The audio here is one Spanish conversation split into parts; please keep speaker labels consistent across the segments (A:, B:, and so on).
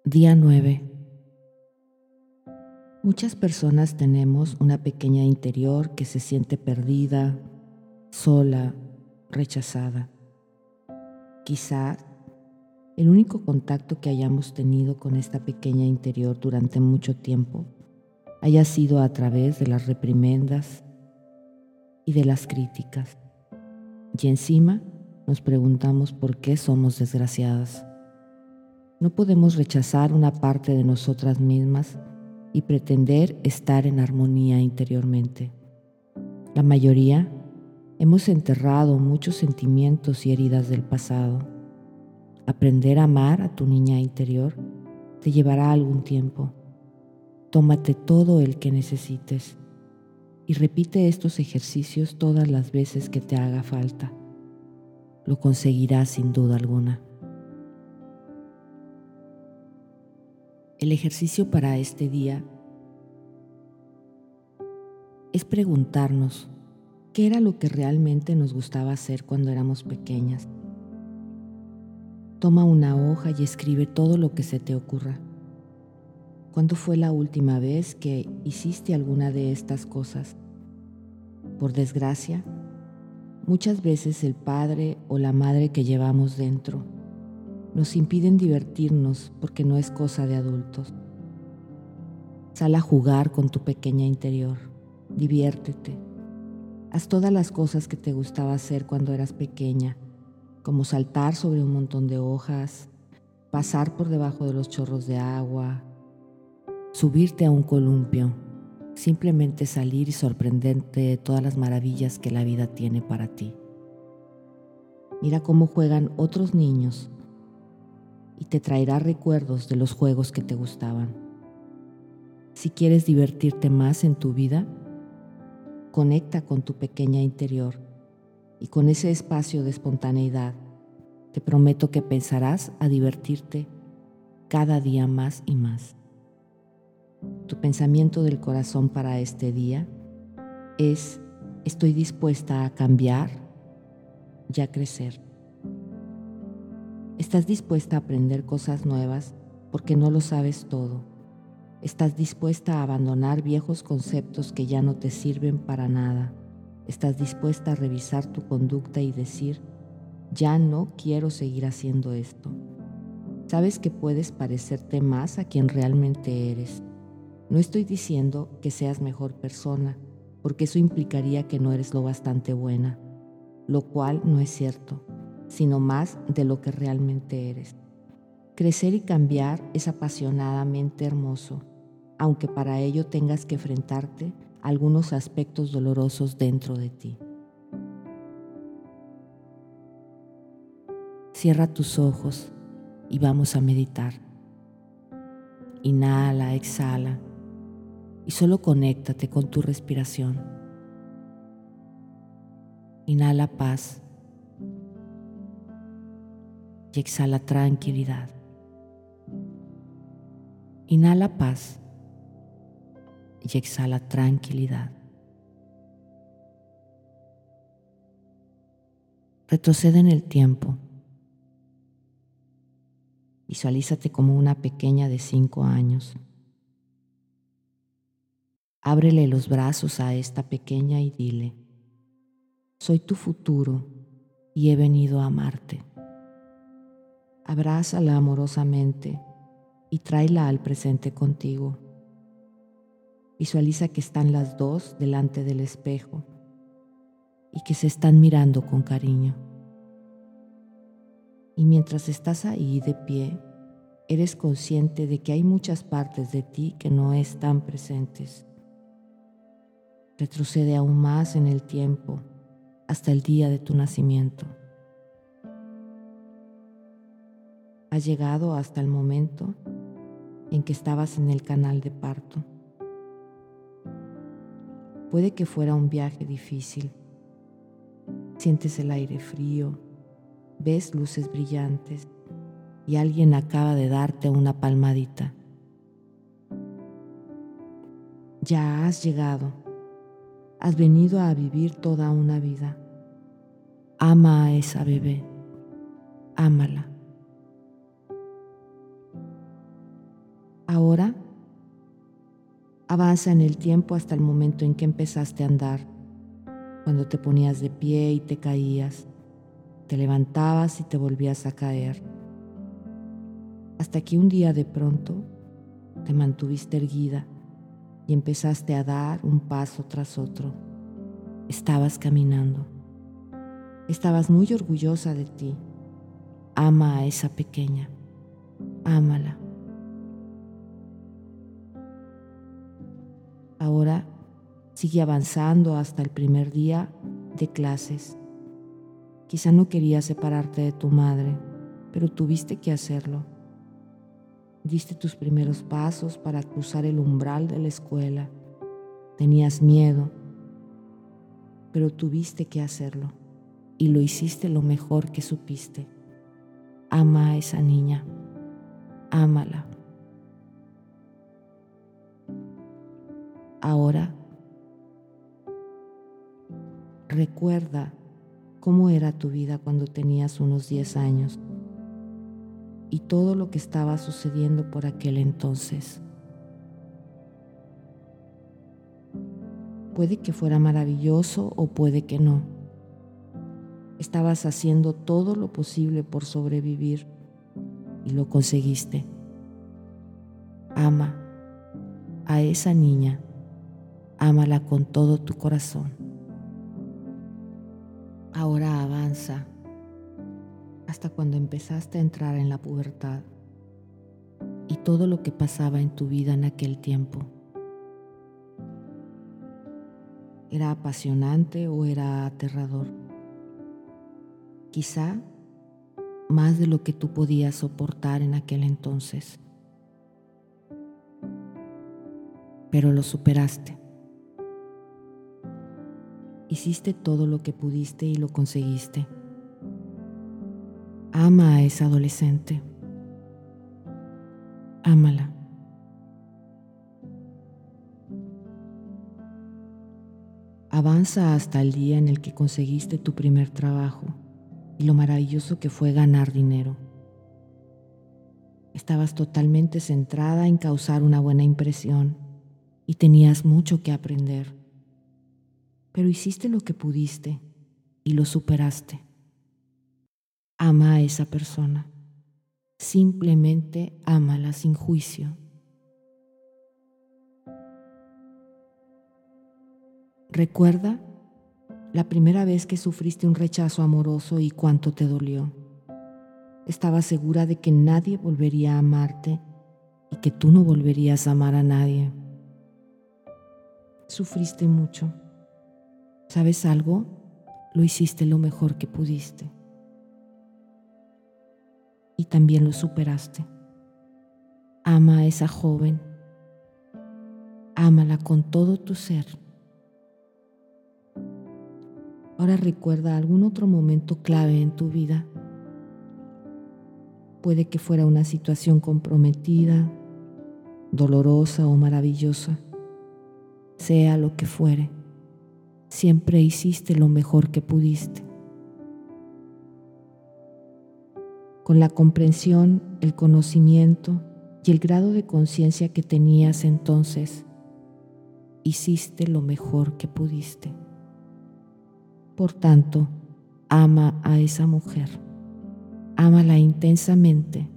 A: Día 9. Muchas personas tenemos una pequeña interior que se siente perdida, sola, rechazada. Quizás el único contacto que hayamos tenido con esta pequeña interior durante mucho tiempo haya sido a través de las reprimendas y de las críticas. Y encima nos preguntamos por qué somos desgraciadas. No podemos rechazar una parte de nosotras mismas y pretender estar en armonía interiormente. La mayoría hemos enterrado muchos sentimientos y heridas del pasado. Aprender a amar a tu niña interior te llevará algún tiempo. Tómate todo el que necesites y repite estos ejercicios todas las veces que te haga falta. Lo conseguirás sin duda alguna. El ejercicio para este día es preguntarnos qué era lo que realmente nos gustaba hacer cuando éramos pequeñas. Toma una hoja y escribe todo lo que se te ocurra. ¿Cuándo fue la última vez que hiciste alguna de estas cosas? Por desgracia, muchas veces el padre o la madre que llevamos dentro nos impiden divertirnos porque no es cosa de adultos. Sal a jugar con tu pequeña interior, diviértete. Haz todas las cosas que te gustaba hacer cuando eras pequeña, como saltar sobre un montón de hojas, pasar por debajo de los chorros de agua, subirte a un columpio, simplemente salir y sorprenderte de todas las maravillas que la vida tiene para ti. Mira cómo juegan otros niños y te traerá recuerdos de los juegos que te gustaban. Si quieres divertirte más en tu vida, conecta con tu pequeña interior y con ese espacio de espontaneidad, te prometo que pensarás a divertirte cada día más y más. Tu pensamiento del corazón para este día es: estoy dispuesta a cambiar y a crecer. Estás dispuesta a aprender cosas nuevas porque no lo sabes todo. Estás dispuesta a abandonar viejos conceptos que ya no te sirven para nada. Estás dispuesta a revisar tu conducta y decir: ya no quiero seguir haciendo esto. Sabes que puedes parecerte más a quien realmente eres. No estoy diciendo que seas mejor persona, porque eso implicaría que no eres lo bastante buena, lo cual no es cierto, sino más de lo que realmente eres. Crecer y cambiar es apasionadamente hermoso, aunque para ello tengas que enfrentarte a algunos aspectos dolorosos dentro de ti. Cierra tus ojos y vamos a meditar. Inhala, exhala y solo conéctate con tu respiración. Inhala paz y exhala tranquilidad. Inhala paz y exhala tranquilidad. Retrocede en el tiempo. Visualízate como una pequeña de 5 años. Ábrele los brazos a esta pequeña y dile: soy tu futuro y he venido a amarte. Abrázala amorosamente y tráela al presente contigo. Visualiza que están las dos delante del espejo y que se están mirando con cariño. Y mientras estás ahí de pie, eres consciente de que hay muchas partes de ti que no están presentes. Retrocede aún más en el tiempo hasta el día de tu nacimiento. Has llegado hasta el momento en que estabas en el canal de parto. Puede que fuera un viaje difícil. Sientes el aire frío, ves luces brillantes y alguien acaba de darte una palmadita. Ya has llegado. Has venido a vivir toda una vida. Ama a esa bebé. Ámala. Ahora avanza en el tiempo hasta el momento en que empezaste a andar, cuando te ponías de pie y te caías, te levantabas y te volvías a caer, hasta que un día de pronto te mantuviste erguida y empezaste a dar un paso tras otro. Estabas caminando. Estabas muy orgullosa de ti. Ama a esa pequeña. Ámala. Ahora sigue avanzando hasta el primer día de clases. Quizá no querías separarte de tu madre, pero tuviste que hacerlo. Diste tus primeros pasos para cruzar el umbral de la escuela. Tenías miedo, pero tuviste que hacerlo y lo hiciste lo mejor que supiste. Ama a esa niña. Ámala. Ahora recuerda cómo era tu vida cuando tenías unos 10 años y todo lo que estaba sucediendo por aquel entonces. Puede que fuera maravilloso o puede que no. Estabas haciendo todo lo posible por sobrevivir y lo conseguiste. Ama a esa niña. Ámala con todo tu corazón. Ahora avanza hasta cuando empezaste a entrar en la pubertad y todo lo que pasaba en tu vida en aquel tiempo. ¿Era apasionante o era aterrador? Quizá más de lo que tú podías soportar en aquel entonces. Pero lo superaste. Hiciste todo lo que pudiste y lo conseguiste. Ama a esa adolescente. Ámala. Avanza hasta el día en el que conseguiste tu primer trabajo y lo maravilloso que fue ganar dinero. Estabas totalmente centrada en causar una buena impresión y tenías mucho que aprender. Pero hiciste lo que pudiste y lo superaste. Ama a esa persona. Simplemente ámala sin juicio. Recuerda la primera vez que sufriste un rechazo amoroso y cuánto te dolió. Estabas segura de que nadie volvería a amarte y que tú no volverías a amar a nadie. Sufriste mucho. ¿Sabes algo? Lo hiciste lo mejor que pudiste. Y también lo superaste. Ama a esa joven. Ámala con todo tu ser. Ahora recuerda algún otro momento clave en tu vida. Puede que fuera una situación comprometida, dolorosa o maravillosa. Sea lo que fuere, siempre hiciste lo mejor que pudiste. Con la comprensión, el conocimiento y el grado de conciencia que tenías entonces, hiciste lo mejor que pudiste. Por tanto, ama a esa mujer. Ámala intensamente.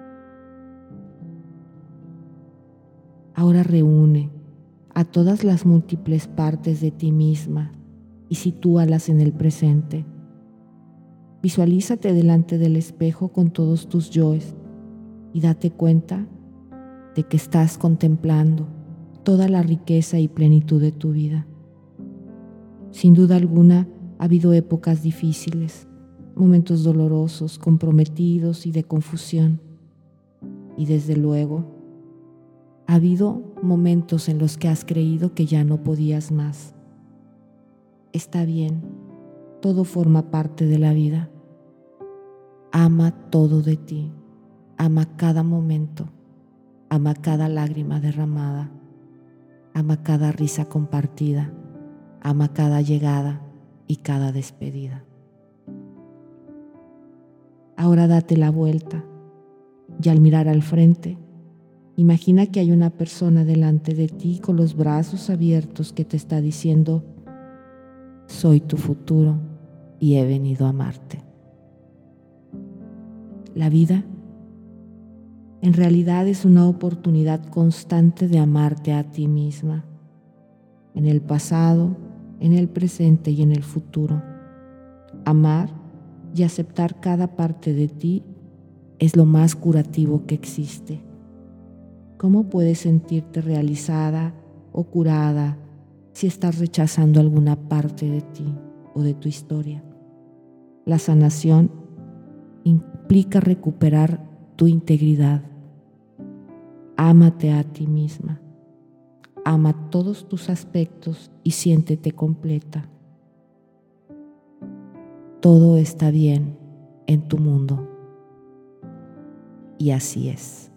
A: Ahora reúne a todas las múltiples partes de ti misma y sitúalas en el presente. Visualízate delante del espejo con todos tus yoes y date cuenta de que estás contemplando toda la riqueza y plenitud de tu vida. Sin duda alguna, ha habido épocas difíciles, momentos dolorosos, comprometidos y de confusión. Y desde luego, ha habido momentos en los que has creído que ya no podías más. Está bien, todo forma parte de la vida. Ama todo de ti, ama cada momento, ama cada lágrima derramada, ama cada risa compartida, ama cada llegada y cada despedida. Ahora date la vuelta y al mirar al frente, Imagina que hay una persona delante de ti con los brazos abiertos que te está diciendo: soy tu futuro y he venido a amarte. La vida en realidad es una oportunidad constante de amarte a ti misma, en el pasado, en el presente y en el futuro. Amar y aceptar cada parte de ti es lo más curativo que existe. ¿Cómo puedes sentirte realizada o curada si estás rechazando alguna parte de ti o de tu historia? La sanación implica recuperar tu integridad. Ámate a ti misma. Ama todos tus aspectos y siéntete completa. Todo está bien en tu mundo. Y así es.